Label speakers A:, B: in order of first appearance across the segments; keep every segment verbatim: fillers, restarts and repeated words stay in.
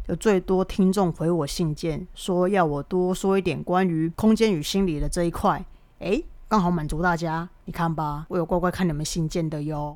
A: 有最多听众回我信件，说要我多说一点关于空间与心理的这一块。诶，刚好满足大家，你看吧，我有乖乖看你们信件的哟。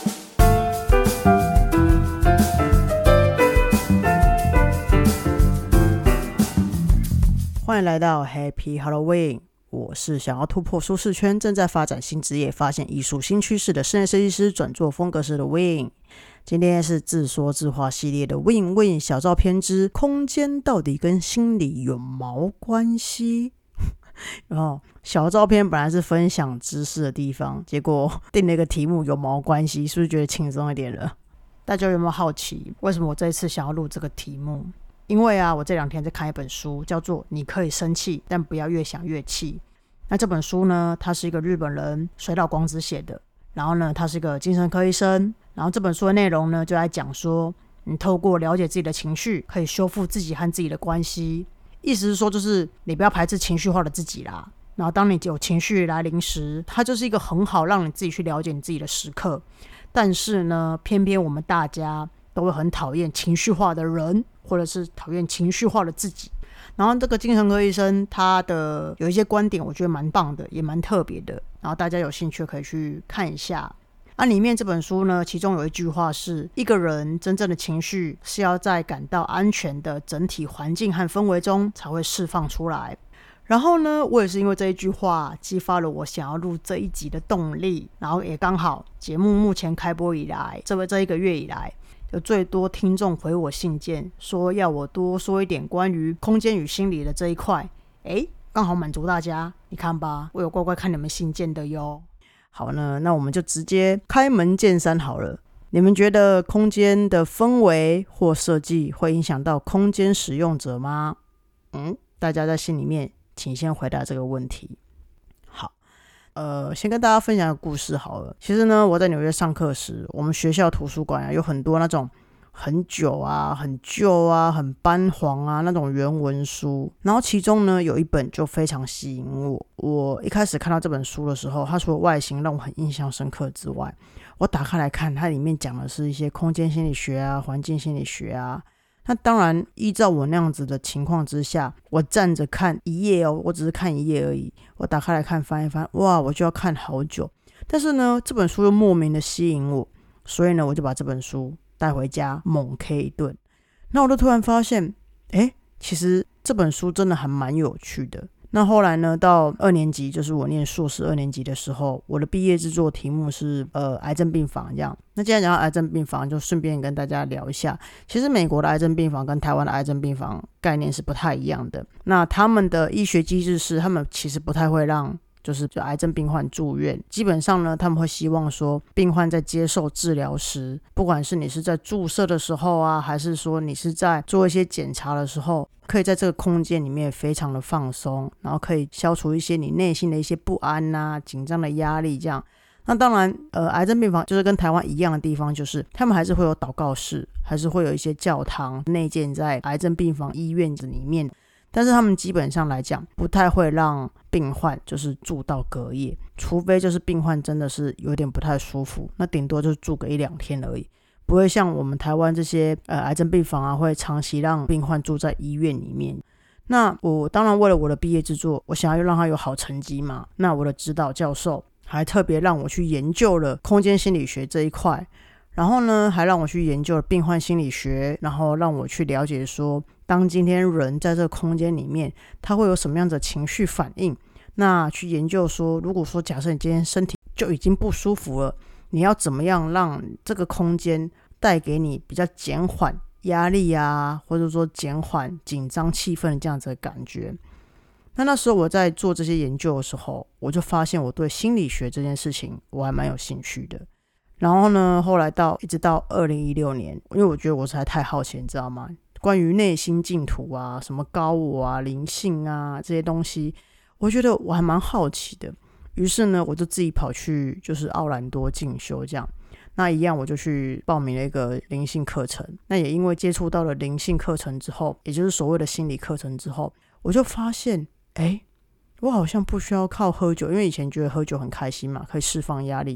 A: 欢迎来到 Happy Halloween， 我是想要突破舒适圈，正在发展新职业，发现艺术新趋势的室内设计师，转做风格师的 Win。 今天是自说自话系列的 Win Win 小照片之空间到底跟心理有毛关系。然后小照片本来是分享知识的地方，结果定了一个题目有毛关系，是不是觉得轻松一点了？大家有没有好奇为什么我这一次想要录这个题目？因为啊，我这两天在看一本书，叫做《你可以生气，但不要越想越气》。那这本书呢，它是一个日本人水岛光子写的，然后呢，他是一个精神科医生。然后这本书的内容呢，就在讲说，你透过了解自己的情绪，可以修复自己和自己的关系。意思是说，就是你不要排斥情绪化的自己啦。然后当你有情绪来临时，它就是一个很好让你自己去了解你自己的时刻。但是呢，偏偏我们大家都会很讨厌情绪化的人，或者是讨厌情绪化的自己。然后这个精神科医生他的有一些观点我觉得蛮棒的，也蛮特别的，然后大家有兴趣可以去看一下。啊，里面这本书呢，其中有一句话是，一个人真正的情绪是要在感到安全的整体环境和氛围中才会释放出来。然后呢，我也是因为这一句话激发了我想要录这一集的动力，然后也刚好节目目前开播以来，这这一个月以来，有最多听众回我信件，说要我多说一点关于空间与心理的这一块。诶，刚好满足大家，你看吧，我有乖乖看你们信件的哟。好呢，那我们就直接开门见山好了。你们觉得空间的氛围或设计会影响到空间使用者吗？嗯，大家在心里面请先回答这个问题。好，呃，先跟大家分享个故事好了。其实呢，我在纽约上课时，我们学校图书馆啊，有很多那种很久啊、很旧啊、很斑黄啊那种原文书，然后其中呢有一本就非常吸引我。我一开始看到这本书的时候，它除了外形让我很印象深刻之外，我打开来看，它里面讲的是一些空间心理学啊、环境心理学啊。那当然，依照我那样子的情况之下，我站着看一页哦，我只是看一页而已。我打开来看，翻一翻，哇，我就要看好久。但是呢，这本书又莫名的吸引我，所以呢，我就把这本书带回家猛 K 一顿。那我就突然发现，诶，其实这本书真的还蛮有趣的。那后来呢，到二年级，就是我念硕士二年级的时候，我的毕业制作题目是呃癌症病房这样。那既然讲到癌症病房，就顺便跟大家聊一下，其实美国的癌症病房跟台湾的癌症病房概念是不太一样的。那他们的医学机制是，他们其实不太会让就是就癌症病患住院，基本上呢，他们会希望说，病患在接受治疗时，不管是你是在注射的时候啊，还是说你是在做一些检查的时候，可以在这个空间里面非常的放松，然后可以消除一些你内心的一些不安啊、紧张的压力这样。那当然，呃，癌症病房就是跟台湾一样的地方，就是他们还是会有祷告室，还是会有一些教堂内建在癌症病房医院里面。但是他们基本上来讲不太会让病患就是住到隔夜，除非就是病患真的是有点不太舒服，那顶多就是住个一两天而已，不会像我们台湾这些呃癌症病房啊，会长期让病患住在医院里面。那我当然为了我的毕业制作，我想要让他有好成绩嘛，那我的指导教授还特别让我去研究了空间心理学这一块，然后呢还让我去研究了病患心理学，然后让我去了解说，当今天人在这个空间里面，他会有什么样的情绪反应。那去研究说，如果说假设你今天身体就已经不舒服了，你要怎么样让这个空间带给你比较减缓压力啊，或者说减缓紧张气氛的这样子的感觉。那那时候我在做这些研究的时候，我就发现我对心理学这件事情我还蛮有兴趣的。然后呢，后来到一直到二零一六年，因为我觉得我实在太好奇，你知道吗？关于内心净土啊、什么高我啊、灵性啊这些东西，我觉得我还蛮好奇的。于是呢，我就自己跑去就是奥兰多进修这样。那一样我就去报名了一个灵性课程。那也因为接触到了灵性课程之后，也就是所谓的心理课程之后，我就发现，哎，我好像不需要靠喝酒，因为以前觉得喝酒很开心嘛，可以释放压力。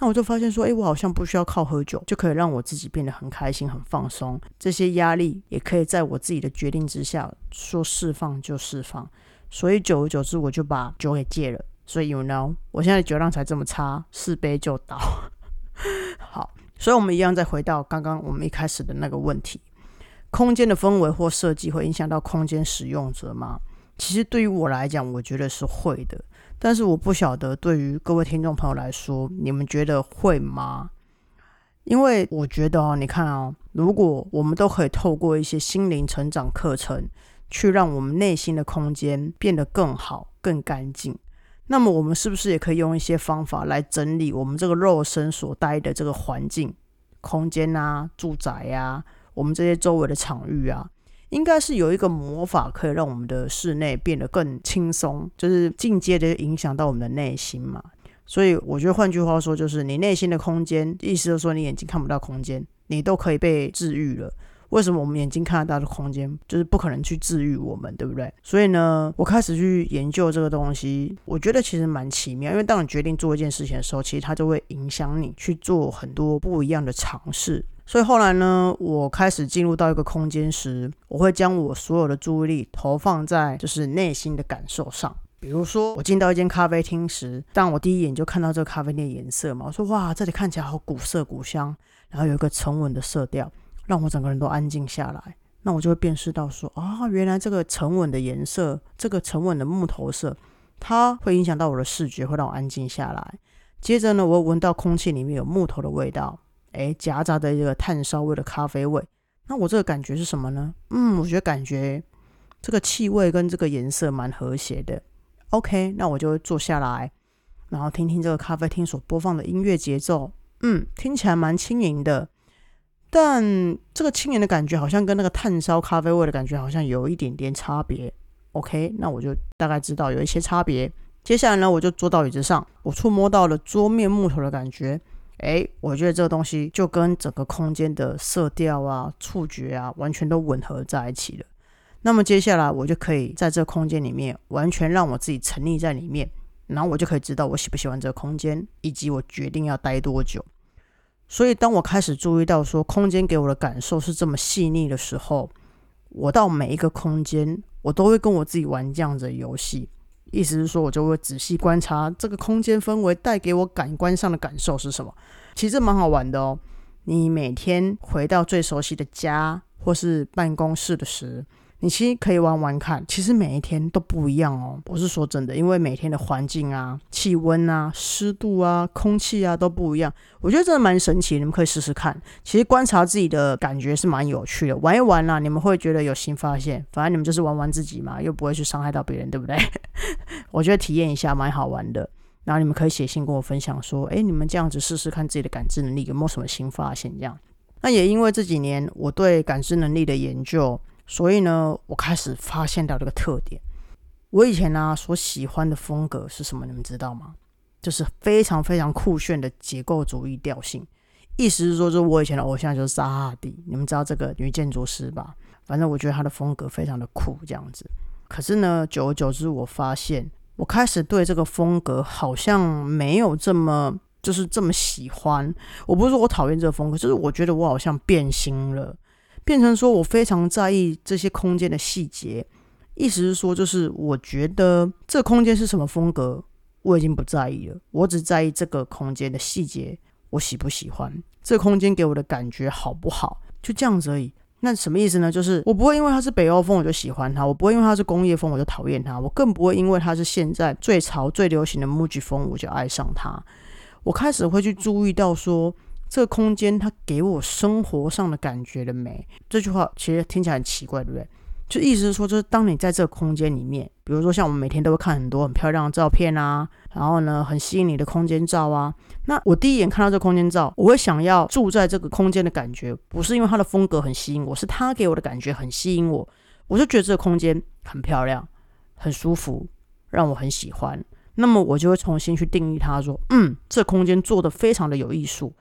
A: 那我就发现说，诶，我好像不需要靠喝酒就可以让我自己变得很开心很放松，这些压力也可以在我自己的决定之下说释放就释放。所以久而久之我就把酒给戒了。所以 you know 我现在的酒量才这么差，四杯就倒好，所以我们一样再回到刚刚我们一开始的那个问题，空间的氛围或设计会影响到空间使用者吗？其实对于我来讲，我觉得是会的，但是我不晓得对于各位听众朋友来说，你们觉得会吗？因为我觉得哦，你看哦，如果我们都可以透过一些心灵成长课程，去让我们内心的空间变得更好、更干净，那么我们是不是也可以用一些方法来整理我们这个肉身所待的这个环境、空间啊、住宅啊，我们这些周围的场域啊？应该是有一个魔法可以让我们的室内变得更轻松，就是进阶的影响到我们的内心嘛。所以我觉得换句话说，就是你内心的空间，意思就是说你眼睛看不到空间，你都可以被治愈了。为什么我们眼睛看得到的空间就是不可能去治愈我们，对不对？所以呢，我开始去研究这个东西，我觉得其实蛮奇妙，因为当你决定做一件事情的时候，其实它就会影响你去做很多不一样的尝试。所以后来呢，我开始进入到一个空间时，我会将我所有的注意力投放在就是内心的感受上。比如说我进到一间咖啡厅时，当我第一眼就看到这个咖啡店的颜色嘛，我说哇，这里看起来好古色古香，然后有一个沉稳的色调，让我整个人都安静下来。那我就会辨识到说啊，原来这个沉稳的颜色，这个沉稳的木头色，它会影响到我的视觉，会让我安静下来。接着呢，我闻到空气里面有木头的味道，诶，夹杂的一个炭烧味的咖啡味。那我这个感觉是什么呢？嗯，我觉得感觉这个气味跟这个颜色蛮和谐的。OK， 那我就坐下来，然后听听这个咖啡厅所播放的音乐节奏。嗯，听起来蛮轻盈的，但这个轻盈的感觉好像跟那个炭烧咖啡味的感觉好像有一点点差别。OK， 那我就大概知道有一些差别。接下来呢，我就坐到椅子上，我触摸到了桌面木头的感觉。诶，我觉得这个东西就跟整个空间的色调啊、触觉啊，完全都吻合在一起了。那么接下来我就可以在这个空间里面完全让我自己沉溺在里面，然后我就可以知道我喜不喜欢这个空间，以及我决定要待多久。所以当我开始注意到说空间给我的感受是这么细腻的时候，我到每一个空间我都会跟我自己玩这样子的游戏。意思是说，我就会仔细观察这个空间氛围带给我感官上的感受是什么。其实蛮好玩的哦。你每天回到最熟悉的家或是办公室的时，你其实可以玩玩看，其实每一天都不一样哦。我是说真的，因为每天的环境啊、气温啊、湿度啊、空气啊都不一样，我觉得真的蛮神奇，你们可以试试看。其实观察自己的感觉是蛮有趣的，玩一玩啦、啊，你们会觉得有新发现。反正你们就是玩玩自己嘛，又不会去伤害到别人，对不对？我觉得体验一下蛮好玩的。然后你们可以写信跟我分享说，哎，你们这样子试试看自己的感知能力有没有什么新发现这样。那也因为这几年我对感知能力的研究，所以呢，我开始发现到这个特点。我以前呢、啊、所喜欢的风格是什么？你们知道吗？就是非常非常酷炫的结构主义调性。意思是说，就是我以前的偶像就是萨哈迪，你们知道这个女建筑师吧？反正我觉得她的风格非常的酷，这样子。可是呢，久而久之，我发现我开始对这个风格好像没有这么就是这么喜欢。我不是说我讨厌这个风格，就是我觉得我好像变心了。变成说我非常在意这些空间的细节，意思是说就是我觉得这个空间是什么风格我已经不在意了，我只在意这个空间的细节我喜不喜欢，这个空间给我的感觉好不好，就这样子而已。那什么意思呢？就是我不会因为它是北欧风我就喜欢它，我不会因为它是工业风我就讨厌它，我更不会因为它是现在最潮最流行的 Muji 风我就爱上它。我开始会去注意到说这个空间它给我生活上的感觉了没？这句话其实听起来很奇怪，对不对？就意思是说，就是当你在这个空间里面，比如说像我们每天都会看很多很漂亮的照片啊，然后呢很吸引你的空间照啊，那我第一眼看到这个空间照，我会想要住在这个空间的感觉，不是因为它的风格很吸引我，是它给我的感觉很吸引我，我就觉得这个空间很漂亮很舒服，让我很喜欢。那么我就会重新去定义它，说嗯，这空间做得非常的有艺术。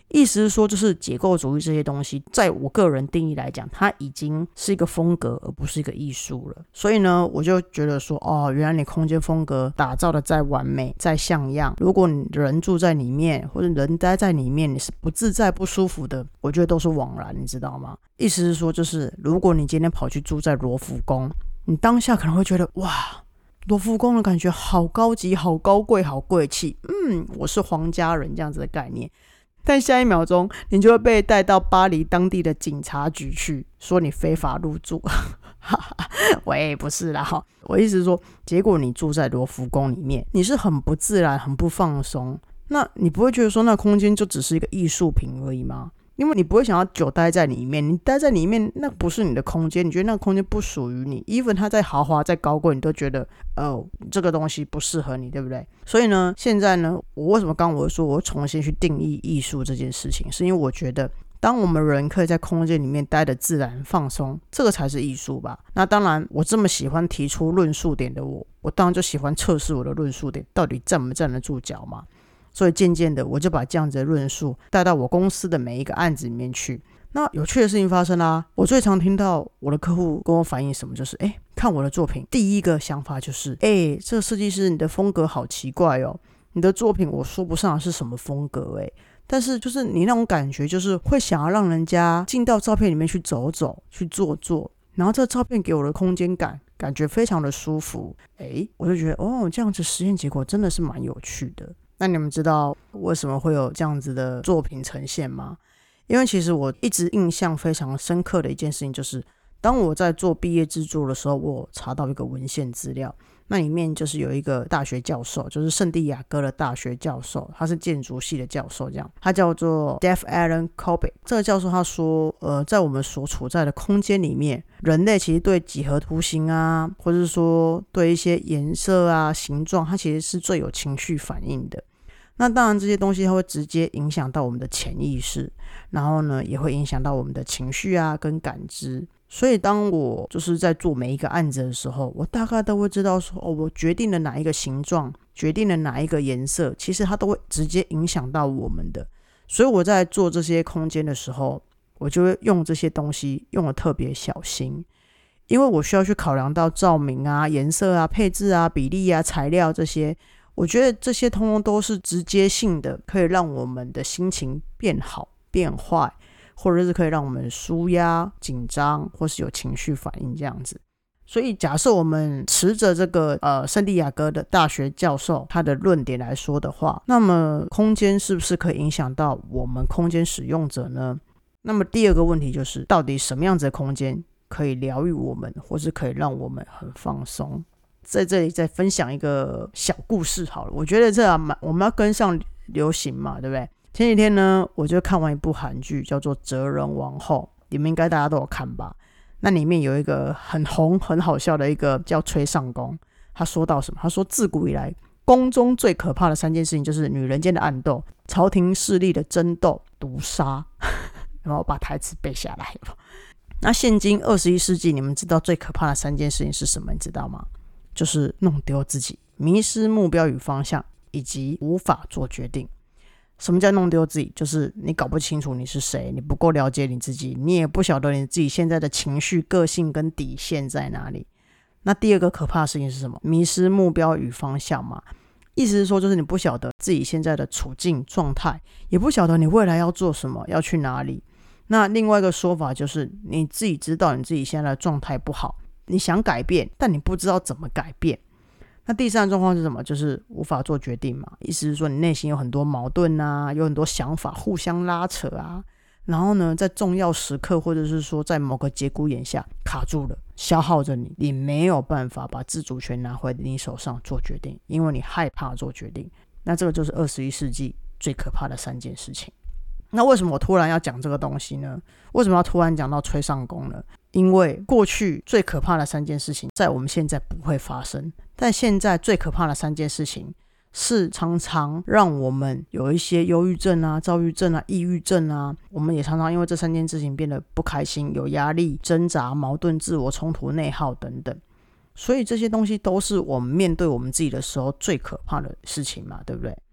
A: 意思是说，就是解构主义这些东西，在我个人定义来讲，它已经是一个风格，而不是一个艺术了。所以呢，我就觉得说，哦，原来你空间风格打造的再完美、再像样，如果你人住在里面，或者人待在里面，你是不自在、不舒服的，我觉得都是枉然，你知道吗？意思是说，就是如果你今天跑去住在罗浮宫，你当下可能会觉得，哇，罗浮宫的感觉好高级、好高贵、好贵气，嗯，我是皇家人这样子的概念。但下一秒钟，你就会被带到巴黎当地的警察局去，说你非法入住。喂，不是啦，我意思是说，结果你住在罗浮宫里面，你是很不自然、很不放松，那你不会觉得说那空间就只是一个艺术品而已吗？因为你不会想要久待在里面，你待在里面那不是你的空间，你觉得那个空间不属于你 even 它再豪华再高贵，你都觉得哦这个东西不适合你，对不对？所以呢，现在呢，我为什么刚刚我说我重新去定义艺术这件事情，是因为我觉得当我们人可以在空间里面待得自然放松，这个才是艺术吧。那当然我这么喜欢提出论述点的我我当然就喜欢测试我的论述点到底站不站得住脚嘛。所以渐渐的我就把这样子的论述带到我公司的每一个案子里面去。那有趣的事情发生啦、啊，我最常听到我的客户跟我反映什么，就是哎，看我的作品，第一个想法就是哎，这个设计师你的风格好奇怪哦，你的作品我说不上是什么风格哎，但是就是你那种感觉就是会想要让人家进到照片里面去走走去坐坐，然后这个照片给我的空间感感觉非常的舒服，哎，我就觉得哦，这样子实验结果真的是蛮有趣的。那你们知道为什么会有这样子的作品呈现吗？因为其实我一直印象非常深刻的一件事情，就是当我在做毕业制作的时候，我查到一个文献资料，那里面就是有一个大学教授，就是圣地亚哥的大学教授，他是建筑系的教授，这样他叫做 Dave Allen Cobe。 这个教授他说呃，在我们所处在的空间里面，人类其实对几何图形啊，或者是说对一些颜色啊形状，它其实是最有情绪反应的。那当然这些东西它会直接影响到我们的潜意识，然后呢也会影响到我们的情绪啊跟感知。所以当我就是在做每一个案子的时候，我大概都会知道说哦，我决定了哪一个形状，决定了哪一个颜色，其实它都会直接影响到我们的。所以我在做这些空间的时候，我就会用这些东西用得特别小心，因为我需要去考量到照明啊、颜色啊、配置啊、比例啊、材料这些，我觉得这些通通都是直接性的，可以让我们的心情变好变坏，或者是可以让我们抒压紧张，或是有情绪反应这样子。所以假设我们持着这个呃圣地亚哥的大学教授他的论点来说的话，那么空间是不是可以影响到我们空间使用者呢？那么第二个问题就是到底什么样子的空间可以疗愈我们，或是可以让我们很放松。在这里再分享一个小故事好了，我觉得这样我们要跟上流行嘛，对不对？前几天呢，我就看完一部韩剧叫做《哲人王后》，你们应该大家都有看吧？那里面有一个很红很好笑的一个叫崔尚宫，他说到什么？他说自古以来宫中最可怕的三件事情就是女人间的暗斗、朝廷势力的争斗、毒杀。然后把台词背下来。那现今二十一世纪，你们知道最可怕的三件事情是什么？你知道吗？就是弄丢自己，迷失目标与方向，以及无法做决定。什么叫弄丢自己？就是你搞不清楚你是谁，你不够了解你自己，你也不晓得你自己现在的情绪、个性跟底线在哪里。那第二个可怕的事情是什么？迷失目标与方向嘛。意思是说，就是你不晓得自己现在的处境状态，也不晓得你未来要做什么，要去哪里。那另外一个说法就是你自己知道你自己现在的状态不好，你想改变，但你不知道怎么改变。那第三个状况是什么？就是无法做决定嘛。意思是说你内心有很多矛盾啊，有很多想法互相拉扯啊，然后呢在重要时刻或者是说在某个节骨眼下卡住了，消耗着你，你没有办法把自主权拿回你手上做决定，因为你害怕做决定。那这个就是二十一世纪最可怕的三件事情。那为什么我突然要讲这个东西呢？为什么要突然讲到崔尚宫呢？因为过去最可怕的三件事情在我们现在不会发生，但现在最可怕的三件事情是常常让我们有一些忧郁症啊、躁郁症啊、抑郁症啊，我们也常常因为这三件事情变得不开心、有压力、挣扎、矛盾、自我冲突、内耗等等。所以这些东西都是我们面对我们自己的时候最可怕的事情嘛，对不对？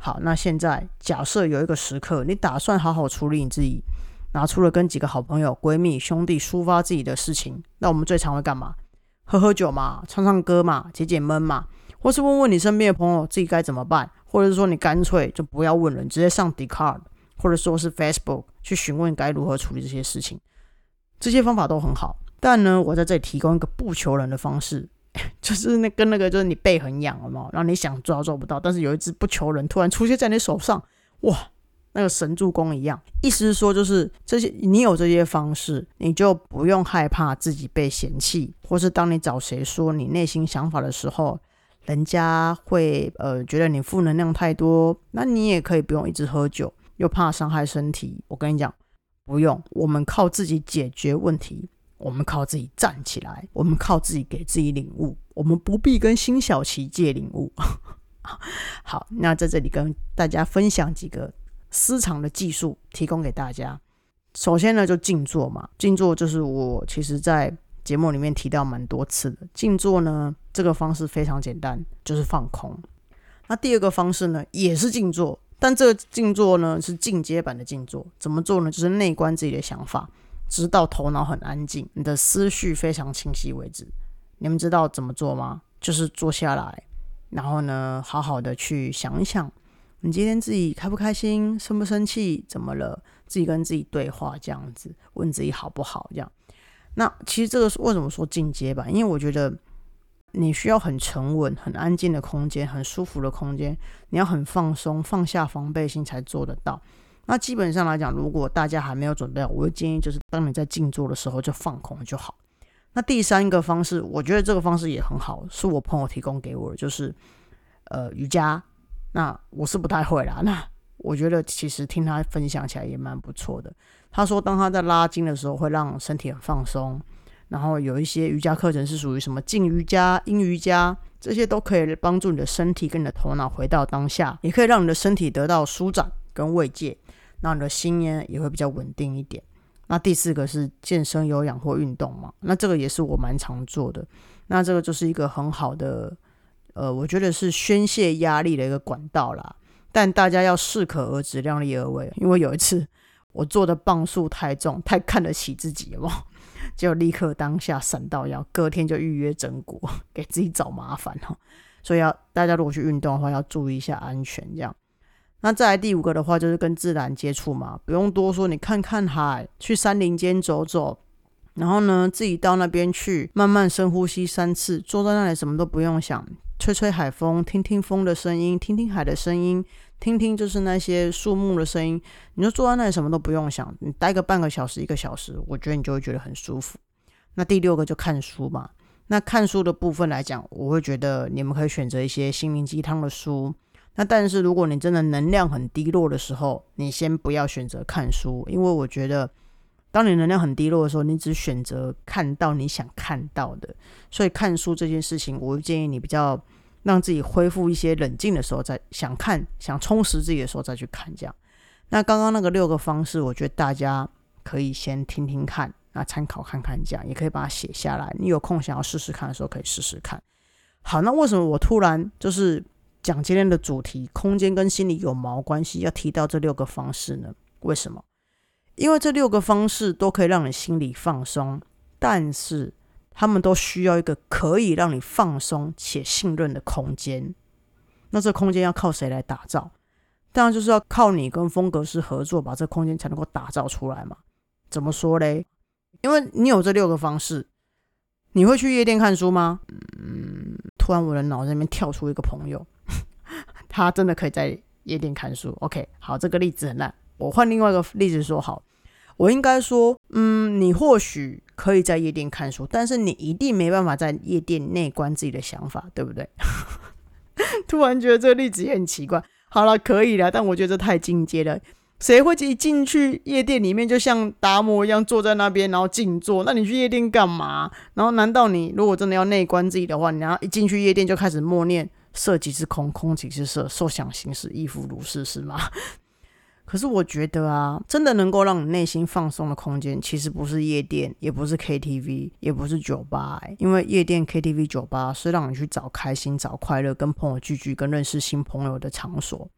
A: 好，那现在假设有一个时刻，你打算好好处理你自己，拿出了跟几个好朋友、闺蜜、兄弟抒发自己的事情，那我们最常会干嘛？喝喝酒嘛，唱唱歌嘛，解解闷嘛，或是问问你身边的朋友自己该怎么办，或者是说你干脆就不要问了，你直接上 Discord 或者说是 Facebook 去询问该如何处理这些事情。这些方法都很好，但呢，我在这里提供一个不求人的方式，就是那跟那个就是你背很痒有没有，然后你想抓做不到，但是有一只不求人突然出现在你手上，哇，那个神助攻一样。意思是说，就是这些你有这些方式，你就不用害怕自己被嫌弃，或是当你找谁说你内心想法的时候，人家会呃觉得你负能量太多，那你也可以不用一直喝酒，又怕伤害身体。我跟你讲，不用，我们靠自己解决问题，我们靠自己站起来，我们靠自己给自己领悟，我们不必跟辛晓琪借领悟。好，那在这里跟大家分享几个私藏的技术，提供给大家。首先呢，就静坐嘛，静坐就是我其实在节目里面提到蛮多次的。静坐呢，这个方式非常简单，就是放空。那第二个方式呢，也是静坐，但这个静坐呢是进阶版的静坐。怎么做呢？就是内观自己的想法，直到头脑很安静，你的思绪非常清晰为止。你们知道怎么做吗？就是坐下来，然后呢，好好的去想一想，你今天自己开不开心，生不生气，怎么了？自己跟自己对话，这样子问自己好不好？这样。那其实这个是为什么说进阶版？因为我觉得你需要很沉稳、很安静的空间，很舒服的空间，你要很放松，放下防备心才做得到。那基本上来讲，如果大家还没有准备好，我会建议就是当你在静坐的时候就放空就好。那第三个方式，我觉得这个方式也很好，是我朋友提供给我的，就是呃瑜伽。那我是不太会啦，那我觉得其实听他分享起来也蛮不错的。他说当他在拉筋的时候会让身体很放松，然后有一些瑜伽课程是属于什么静瑜伽、阴瑜伽，这些都可以帮助你的身体跟你的头脑回到当下，也可以让你的身体得到舒展跟慰藉，那你的心呢也会比较稳定一点。那第四个是健身有氧或运动嘛，那这个也是我蛮常做的。那这个就是一个很好的呃，我觉得是宣泄压力的一个管道啦，但大家要适可而止，量力而为。因为有一次我做的磅数太重，太看得起自己，有没有？就立刻当下闪到腰，隔天就预约整骨，给自己找麻烦哦。所以要大家如果去运动的话，要注意一下安全这样。那再来第五个的话，就是跟自然接触嘛，不用多说，你看看海，去山林间走走，然后呢，自己到那边去，慢慢深呼吸三次，坐在那里什么都不用想，吹吹海风，听听风的声音，听听海的声音，听听就是那些树木的声音，你就坐在那里什么都不用想，你待个半个小时一个小时，我觉得你就会觉得很舒服。那第六个就看书嘛，那看书的部分来讲，我会觉得你们可以选择一些心灵鸡汤的书。那但是如果你真的能量很低落的时候，你先不要选择看书，因为我觉得当你能量很低落的时候，你只选择看到你想看到的，所以看书这件事情，我会建议你比较让自己恢复一些冷静的时候，再想看，想充实自己的时候再去看这样。那刚刚那个六个方式，我觉得大家可以先听听看，那参考看看这样，也可以把它写下来。你有空想要试试看的时候，可以试试看。好，那为什么我突然就是讲今天的主题，空间跟心理有毛关系，要提到这六个方式呢？为什么？因为这六个方式都可以让你心理放松，但是他们都需要一个可以让你放松且信任的空间。那这空间要靠谁来打造？当然就是要靠你跟风格师合作，把这空间才能够打造出来嘛。怎么说嘞？因为你有这六个方式，你会去夜店看书吗？嗯，突然我的脑子里面跳出一个朋友，他真的可以在夜店看书。OK， 好，这个例子很烂，我换另外一个例子说好。我应该说，嗯，你或许可以在夜店看书，但是你一定没办法在夜店内观自己的想法，对不对？突然觉得这个例子也很奇怪。好了，可以了，但我觉得这太进阶了。谁会一进去夜店里面就像达摩一样坐在那边然后静坐？那你去夜店干嘛？然后难道你如果真的要内观自己的话，你要一进去夜店就开始默念色即是空，空即是色，受想行识亦复如是，是吗？可是我觉得啊，真的能够让你内心放松的空间，其实不是夜店，也不是 K T V， 也不是酒吧、欸、因为夜店 K T V 酒吧是让你去找开心找快乐，跟朋友聚聚，跟认识新朋友的场所。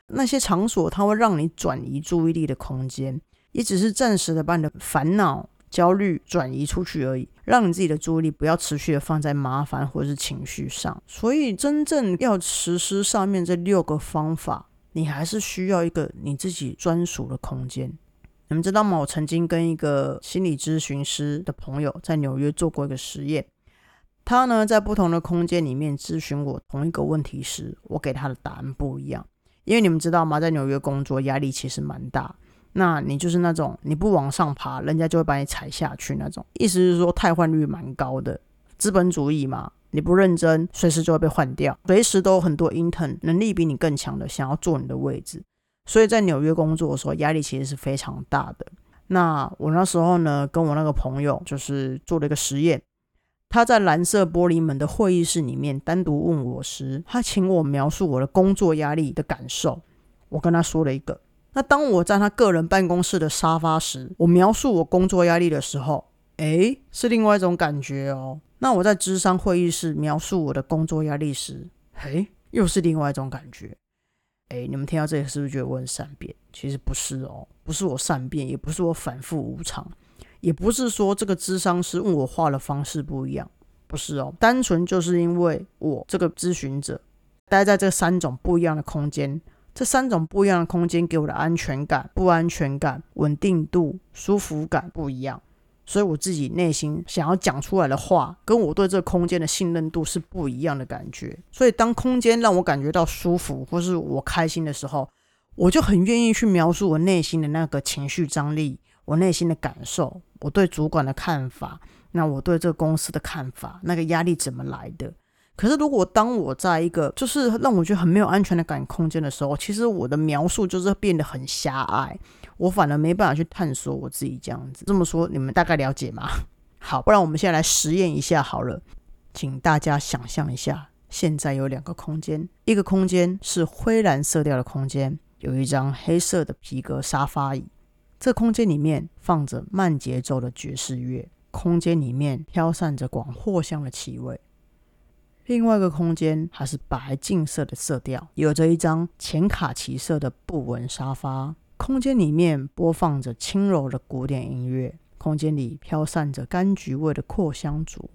A: 那些场所它会让你转移注意力的空间，也只是暂时的把你的烦恼焦虑转移出去而已，让你自己的注意力不要持续的放在麻烦或是情绪上。所以真正要实施上面这六个方法，你还是需要一个你自己专属的空间。你们知道吗？我曾经跟一个心理咨询师的朋友在纽约做过一个实验，他呢在不同的空间里面咨询我同一个问题时，我给他的答案不一样。因为你们知道吗，在纽约工作压力其实蛮大，那你就是那种你不往上爬，人家就会把你踩下去那种，意思是说汰换率蛮高的，资本主义嘛，你不认真随时就会被换掉，随时都有很多 intern 能力比你更强的想要坐你的位置，所以在纽约工作的时候压力其实是非常大的。那我那时候呢跟我那个朋友就是做了一个实验，他在蓝色玻璃门的会议室里面单独问我时，他请我描述我的工作压力的感受。我跟他说了一个，那当我在他个人办公室的沙发时，我描述我工作压力的时候，诶，是另外一种感觉哦。那我在諮商会议室描述我的工作压力时，诶，又是另外一种感觉。诶，你们听到这里是不是觉得我很善变？其实不是哦，不是我善变，也不是我反复无常，也不是说这个諮商师问我画的方式不一样，不是哦，单纯就是因为我这个咨询者待在这三种不一样的空间，这三种不一样的空间给我的安全感、不安全感、稳定度、舒服感不一样，所以我自己内心想要讲出来的话跟我对这个空间的信任度是不一样的感觉。所以当空间让我感觉到舒服或是我开心的时候，我就很愿意去描述我内心的那个情绪张力，我内心的感受，我对主管的看法，那我对这个公司的看法，那个压力怎么来的。可是如果当我在一个就是让我觉得很没有安全的感空间的时候，其实我的描述就是变得很狭隘，我反而没办法去探索我自己这样子。这么说你们大概了解吗？好，不然我们现在来实验一下好了。请大家想象一下，现在有两个空间，一个空间是灰蓝色调的空间，有一张黑色的皮革沙发椅，这空间里面放着慢节奏的爵士乐，空间里面飘散着广藿香的气味。另外一个空间还是白净色的色调，有着一张浅卡其色的布纹沙发，空间里面播放着轻柔的古典音乐，空间里飘散着柑橘味的扩香烛。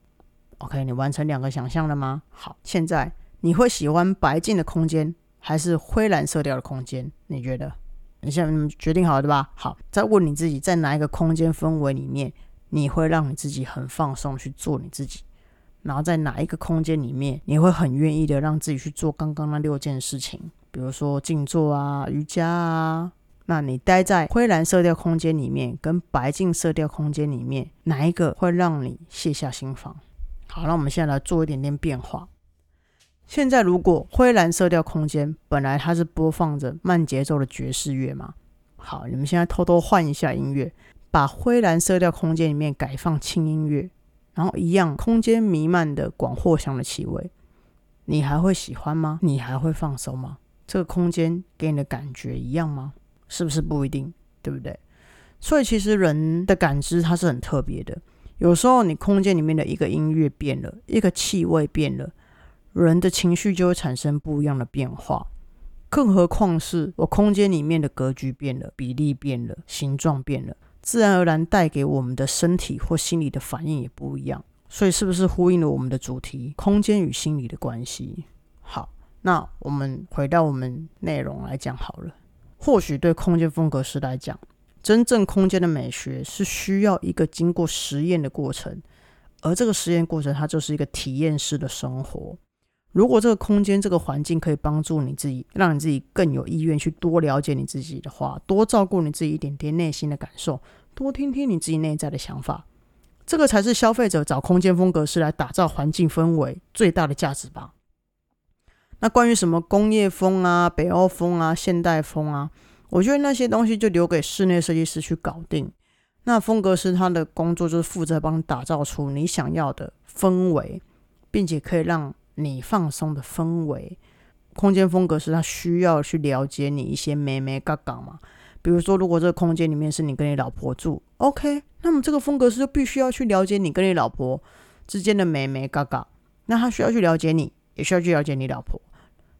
A: OK， 你完成两个想象了吗？好，现在你会喜欢白净的空间还是灰蓝色调的空间？你觉得？你现在决定好了对吧？好，再问你自己，在哪一个空间氛围里面你会让你自己很放松去做你自己，然后在哪一个空间里面你会很愿意的让自己去做刚刚那六件事情，比如说静坐啊、瑜伽啊。那你待在灰蓝色调空间里面跟白净色调空间里面，哪一个会让你卸下心防？好，那我们现在来做一点点变化。现在如果灰蓝色调空间本来它是播放着慢节奏的爵士乐嘛，好，你们现在偷偷换一下音乐，把灰蓝色调空间里面改放轻音乐，然后一样空间弥漫的广藿香的气味，你还会喜欢吗？你还会放松吗？这个空间给你的感觉一样吗？是不是不一定，对不对？所以其实人的感知它是很特别的，有时候你空间里面的一个音乐变了，一个气味变了，人的情绪就会产生不一样的变化。更何况是我空间里面的格局变了，比例变了，形状变了，自然而然带给我们的身体或心理的反应也不一样。所以是不是呼应了我们的主题，空间与心理的关系？好，那我们回到我们内容来讲好了。或许对空间风格师来讲，真正空间的美学是需要一个经过实验的过程，而这个实验过程它就是一个体验式的生活。如果这个空间这个环境可以帮助你自己，让你自己更有意愿去多了解你自己的话，多照顾你自己一点点内心的感受，多听听你自己内在的想法，这个才是消费者找空间风格师来打造环境氛围最大的价值吧。那关于什么工业风啊、北欧风啊、现代风啊，我觉得那些东西就留给室内设计师去搞定。那风格师他的工作就是负责帮你打造出你想要的氛围，并且可以让你放松的氛围。空间风格师他需要去了解你一些眉眉角角嘛，比如说如果这个空间里面是你跟你老婆住 OK， 那么这个风格师就必须要去了解你跟你老婆之间的眉眉角角，那他需要去了解你，也需要去了解你老婆。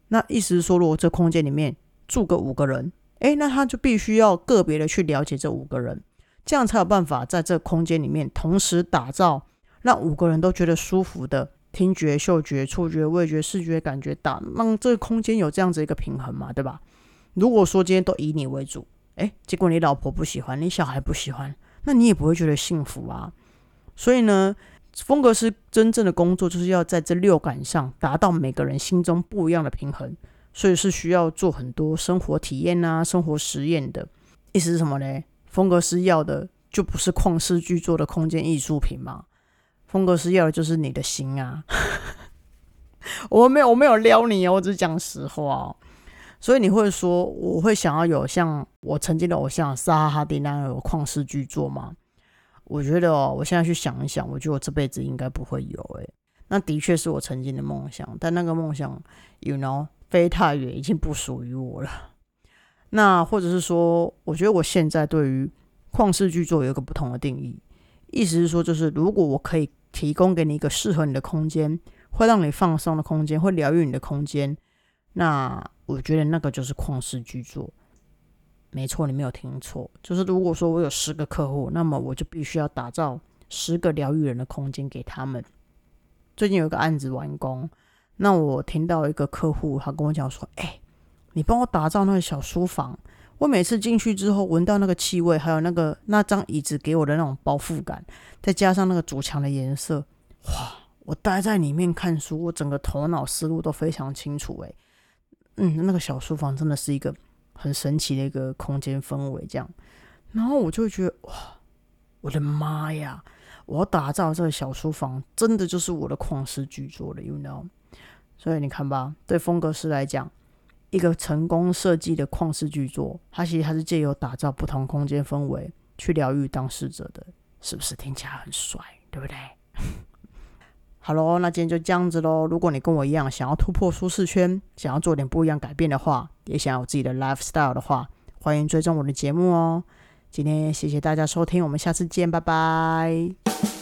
A: 那意思是说，如果这空间里面住个五个人，诶，那他就必须要个别的去了解这五个人，这样才有办法在这空间里面同时打造让五个人都觉得舒服的听觉、嗅觉、触觉、味觉、视觉感觉，打让这个空间有这样子一个平衡嘛，对吧？如果说今天都以你为主，诶，结果你老婆不喜欢，你小孩不喜欢，那你也不会觉得幸福啊。所以呢，风格师真正的工作就是要在这六感上达到每个人心中不一样的平衡，所以是需要做很多生活体验啊、生活实验的。意思是什么呢？风格师要的就不是旷世巨作的空间艺术品嘛，风格师要的就是你的心啊。我没有我没有撩你哦，我只是讲实话哦。所以你会说，我会想要有像我曾经的偶像萨哈哈迪那样有旷世巨作吗？我觉得哦，我现在去想一想，我觉得我这辈子应该不会有诶。那的确是我曾经的梦想，但那个梦想 you know 飞太远，已经不属于我了。那或者是说，我觉得我现在对于旷世巨作有一个不同的定义，意思是说，就是如果我可以提供给你一个适合你的空间，会让你放松的空间，会疗愈你的空间，那我觉得那个就是旷世巨作。没错，你没有听错，就是如果说我有十个客户，那么我就必须要打造十个疗愈人的空间给他们。最近有一个案子完工，那我听到一个客户他跟我讲说，哎、欸，你帮我打造那个小书房，我每次进去之后闻到那个气味，还有那个那张椅子给我的那种包覆感，再加上那个主墙的颜色，哇，我待在里面看书，我整个头脑思路都非常清楚。哎，嗯，那个小书房真的是一个很神奇的一个空间氛围，这样，然后我就会觉得，哇，我的妈呀！我要打造这个小书房，真的就是我的旷世巨作了 ，you know。所以你看吧，对风格师来讲，一个成功设计的旷世巨作，它其实它是借由打造不同空间氛围去疗愈当事者的，是不是听起来很帅，对不对？好咯，那今天就这样子咯。如果你跟我一样想要突破舒适圈，想要做点不一样改变的话，也想要有自己的 lifestyle 的话，欢迎追踪我的节目哦。今天谢谢大家收听，我们下次见，拜拜。